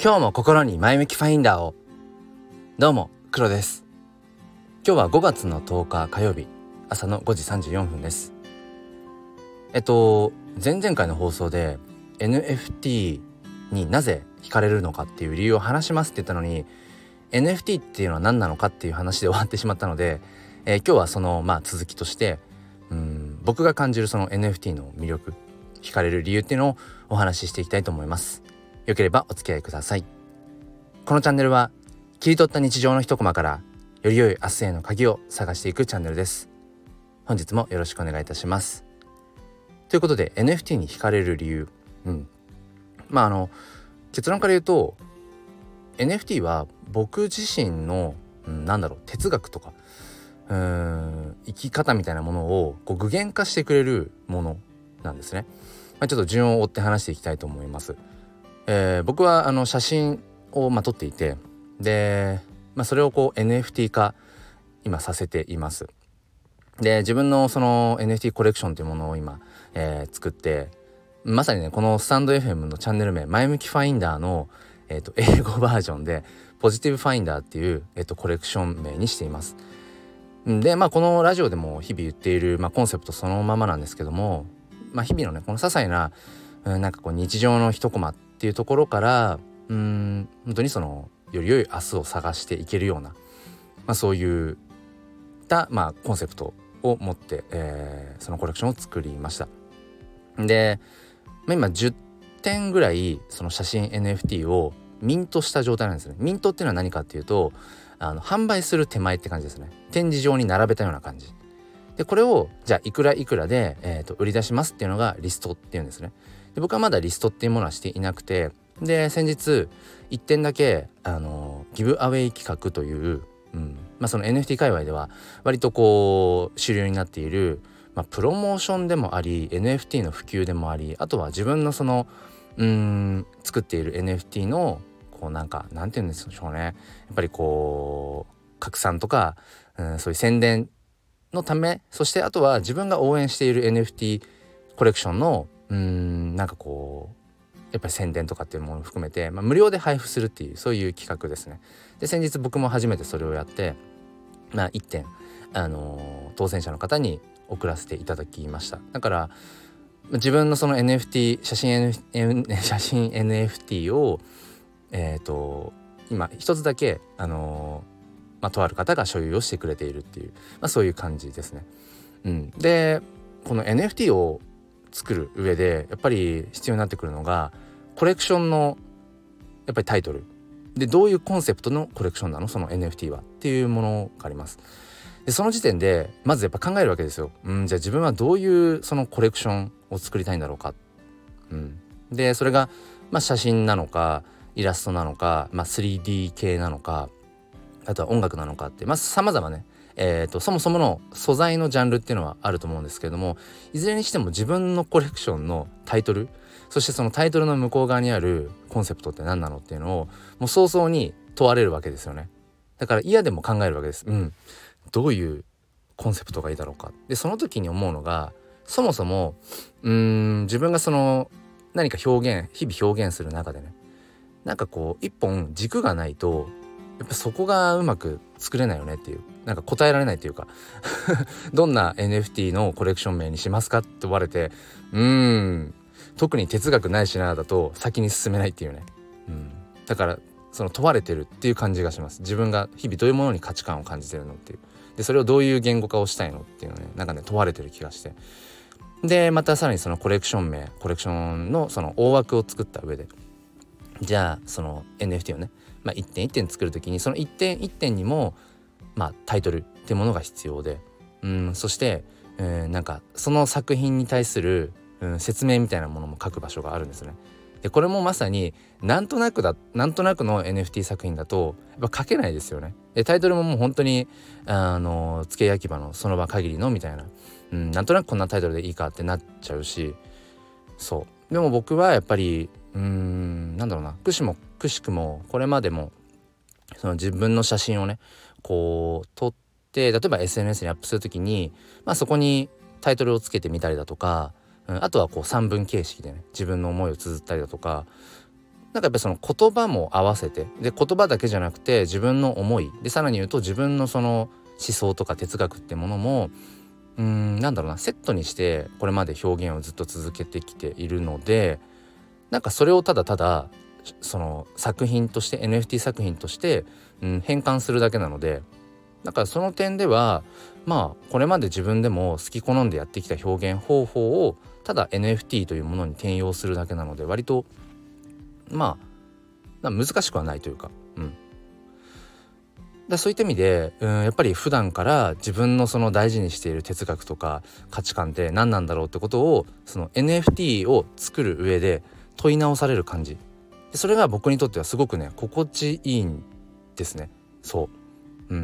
今日も心に前向きファインダーを。どうも黒です。今日は5月の10日火曜日朝の5時34分です。前々回の放送で NFT になぜ惹かれるのかっていう理由を話しますって言ったのに NFT っていうのは何なのかっていう話で終わってしまったので、今日はその続きとして僕が感じるその NFT の魅力、惹かれる理由っていうのをお話ししていきたいと思います。よければお付き合いください。このチャンネルは切り取った日常の一コマからより良い明日への鍵を探していくチャンネルです。本日もよろしくお願いいたします。ということで NFT に惹かれる理由、結論から言うと NFT は僕自身の哲学とか生き方みたいなものを具現化してくれるものなんですね。ちょっと順を追って話していきたいと思います。僕は写真を撮っていて、で、それをNFT 化今させています。で、自分のその NFT コレクションというものを今、作って、まさにねこのスタンド FM のチャンネル名前向きファインダーの、英語バージョンでポジティブファインダーっていう、コレクション名にしています。でこのラジオでも日々言っている、コンセプトそのままなんですけども、日々のねこの些細な日常の一コマっていうところから本当にそのより良い明日を探していけるような、そういったコンセプトを持って、そのコレクションを作りました。で、今10点ぐらいその写真 NFT をミントした状態なんですね。ミントっていうのは何かっていうと販売する手前って感じですね。展示場に並べたような感じで、これをじゃあいくらいくらで、売り出しますっていうのがリストっていうんですね。で、僕はまだリストっていうものはしていなくて、で先日1点だけギブアウェイ企画という、その NFT 界隈では割と主流になっている、プロモーションでもあり NFT の普及でもあり、あとは自分のその作っている NFT のなんて言うんでしょうね、やっぱり拡散とか、そういう宣伝のため、そしてあとは自分が応援している NFT コレクションのやっぱり宣伝とかっていうものを含めて、無料で配布するっていうそういう企画ですね。で先日僕も初めてそれをやって、1点当選者の方に送らせていただきました。だから自分のその NFT 写真 NFT を今一つだけとある方が所有をしてくれているっていう、そういう感じですね。でこの NFT を作る上でやっぱり必要になってくるのがコレクションのやっぱりタイトルで、どういうコンセプトのコレクションなのその NFT はっていうものがあります。でその時点でまずやっぱ考えるわけですよ。じゃあ自分はどういうそのコレクションを作りたいんだろうか。でそれが写真なのかイラストなのか、3D 系なのか、あとは音楽なのかって様々ね、そもそもの素材のジャンルっていうのはあると思うんですけれども、いずれにしても自分のコレクションのタイトル、そしてそのタイトルの向こう側にあるコンセプトって何なのっていうのをもう早々に問われるわけですよね。だから嫌でも考えるわけです。どういうコンセプトがいいだろうか。でその時に思うのが、そもそも自分がその何か日々表現する中でね、一本軸がないとやっぱそこがうまく作れないよねっていう、答えられないというかどんな NFT のコレクション名にしますかって言われて特に哲学ないしなだと先に進めないっていうね。だからその問われてるっていう感じがします。自分が日々どういうものに価値観を感じてるのっていう、でそれをどういう言語化をしたいのっていうのね、問われてる気がして、でまたさらにそのコレクションのその大枠を作った上で、じゃあその NFT をね、一点一点作るときにその一点一点にもタイトルっていうものが必要で、そして、その作品に対する、説明みたいなものも書く場所があるんですね。でこれもまさになんとなくの NFT 作品だとやっぱ書けないですよね。でタイトルももう本当に付け焼き場のその場限りのみたいな、なんとなくこんなタイトルでいいかってなっちゃうし、そうでも僕はやっぱりくしくもこれまでもその自分の写真をね撮って例えば SNS にアップするときに、そこにタイトルをつけてみたりだとか、あとは3文形式でね自分の思いを綴ったりだとか、 なんかやっぱりその言葉も合わせて、で言葉だけじゃなくて自分の思いで、さらに言うと自分のその思想とか哲学ってものもなんだろうな、セットにしてこれまで表現をずっと続けてきているので、なんかそれをただただその作品として NFT 作品として、変換するだけなので、だからその点ではまあこれまで自分でも好き好んでやってきた表現方法をただ NFT というものに転用するだけなので、割とまあ難しくはないというか、そういった意味で、やっぱり普段から自分のその大事にしている哲学とか価値観って何なんだろうってことを、その NFT を作る上で問い直される感じで、それが僕にとってはすごくね心地いいんですね。そう、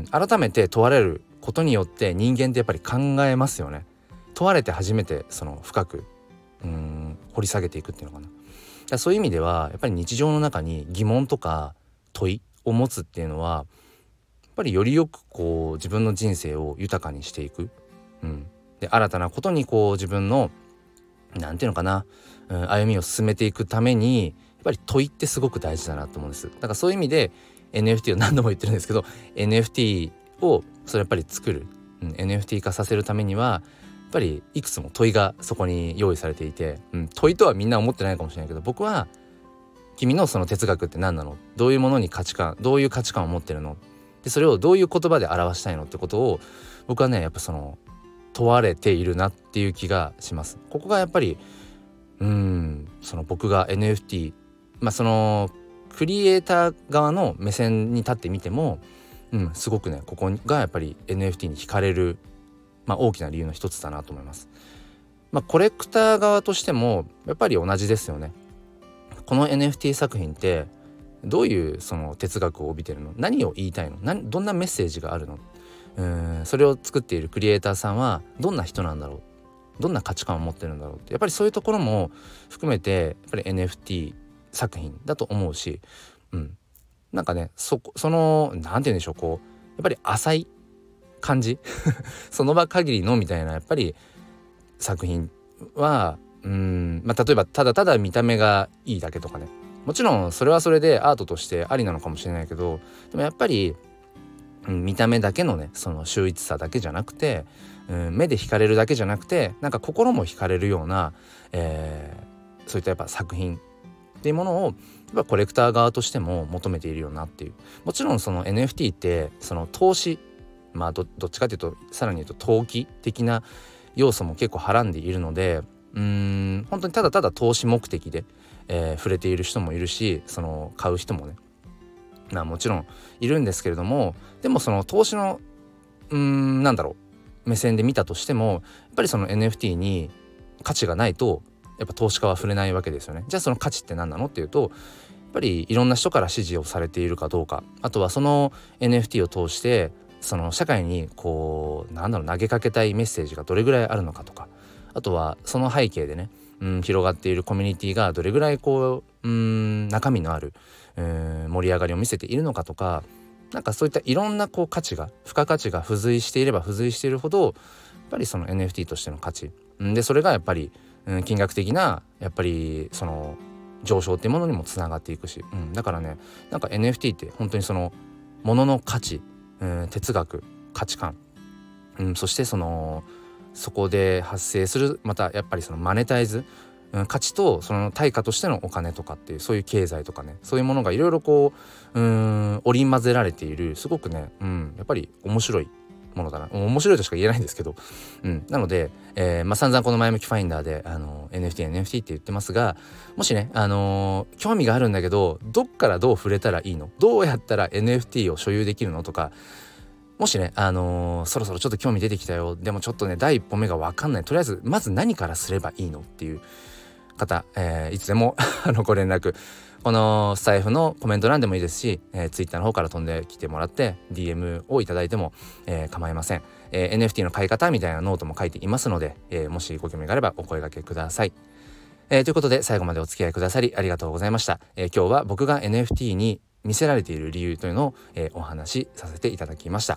改めて問われることによって人間ってやっぱり考えますよね。問われて初めてその深く掘り下げていくっていうのかな。だからそういう意味ではやっぱり日常の中に疑問とか問いを持つっていうのはやっぱりよりよくこう自分の人生を豊かにしていく、で新たなことにこう自分のなんていうのかな、歩みを進めていくためにやっぱり問いってすごく大事だなと思うんです。だからそういう意味で NFT を何度も言ってるんですけど、 NFT をそれやっぱり作る、NFT 化させるためにはやっぱりいくつも問いがそこに用意されていて、問いとはみんな思ってないかもしれないけど、僕は君のその哲学って何なの、どういうものにどういう価値観を持ってるので、それをどういう言葉で表したいのってことを僕はねやっぱその問われているなっていう気がします。ここがやっぱりその僕が NFT、そのクリエイター側の目線に立ってみても、すごくねここがやっぱり NFT に惹かれる、大きな理由の一つだなと思います。コレクター側としてもやっぱり同じですよね。この NFT 作品ってどういうその哲学を帯びてるの、何を言いたいの、どんなメッセージがあるの、それを作っているクリエイターさんはどんな人なんだろう、どんな価値観を持ってるんだろうって、やっぱりそういうところも含めてやっぱり NFT 作品だと思うし、なんかねそのなんて言うんでしょう、こうやっぱり浅い感じその場限りのみたいなやっぱり作品は例えばただただ見た目がいいだけとかね、もちろんそれはそれでアートとしてありなのかもしれないけど、でもやっぱり、見た目だけのねその秀逸さだけじゃなくて、目で惹かれるだけじゃなくて、なんか心も惹かれるような、そういったやっぱ作品っていうものをやっぱコレクター側としても求めているよなっていう。もちろんその NFT ってその投資、どっちかというとさらに言うと投機的な要素も結構はらんでいるので、本当にただただ投資目的で、触れている人もいるし、その買う人もねもちろんいるんですけれども、でもその投資のなんだろう目線で見たとしても、やっぱりその NFT に価値がないとやっぱ投資家は触れないわけですよね。じゃあその価値って何なのっていうと、やっぱりいろんな人から支持をされているかどうか、あとはその NFT を通してその社会にこう投げかけたいメッセージがどれぐらいあるのかとか、あとはその背景でね、広がっているコミュニティがどれぐらいこう中身のある盛り上がりを見せているのかとか、なんかそういったいろんなこう付加価値が付随していれば付随しているほど、やっぱりその NFT としての価値で、それがやっぱり金額的なやっぱりその上昇っていうものにもつながっていくし、だからねなんか NFT って本当にそのものの価値、哲学、価値観、そしてそこで発生するまたやっぱりそのマネタイズ、価値とその対価としてのお金とかっていう、そういう経済とかね、そういうものがいろいろこう織り交ぜられている、すごくね、やっぱり面白いものだな、面白いとしか言えないんですけど、なので、散々この前向きファインダーでNFT って言ってますが、もしね興味があるんだけどどっからどう触れたらいいの、どうやったら NFT を所有できるのとか、もしねそろそろちょっと興味出てきたよ、でもちょっとね第一歩目が分かんない、とりあえずまず何からすればいいのっていう方、いつでもご連絡、このスタイフのコメント欄でもいいですし、ツイッターの方から飛んできてもらって DM をいただいても、構いません。NFT の買い方みたいなノートも書いていますので、もしご興味があればお声掛けください。ということで最後までお付き合いくださりありがとうございました。今日は僕が NFT に見せられている理由というのを、お話しさせていただきました。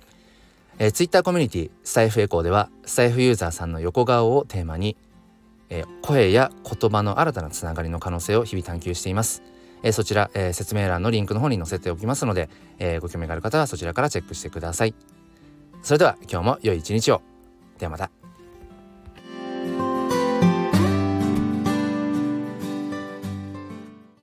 ツイッターコミュニティスタイフエコーではスタイフユーザーさんの横顔をテーマに声や言葉の新たなつながりの可能性を日々探求しています。そちら、説明欄のリンクの方に載せておきますので、ご興味がある方はそちらからチェックしてください。それでは今日も良い一日を。ではまた。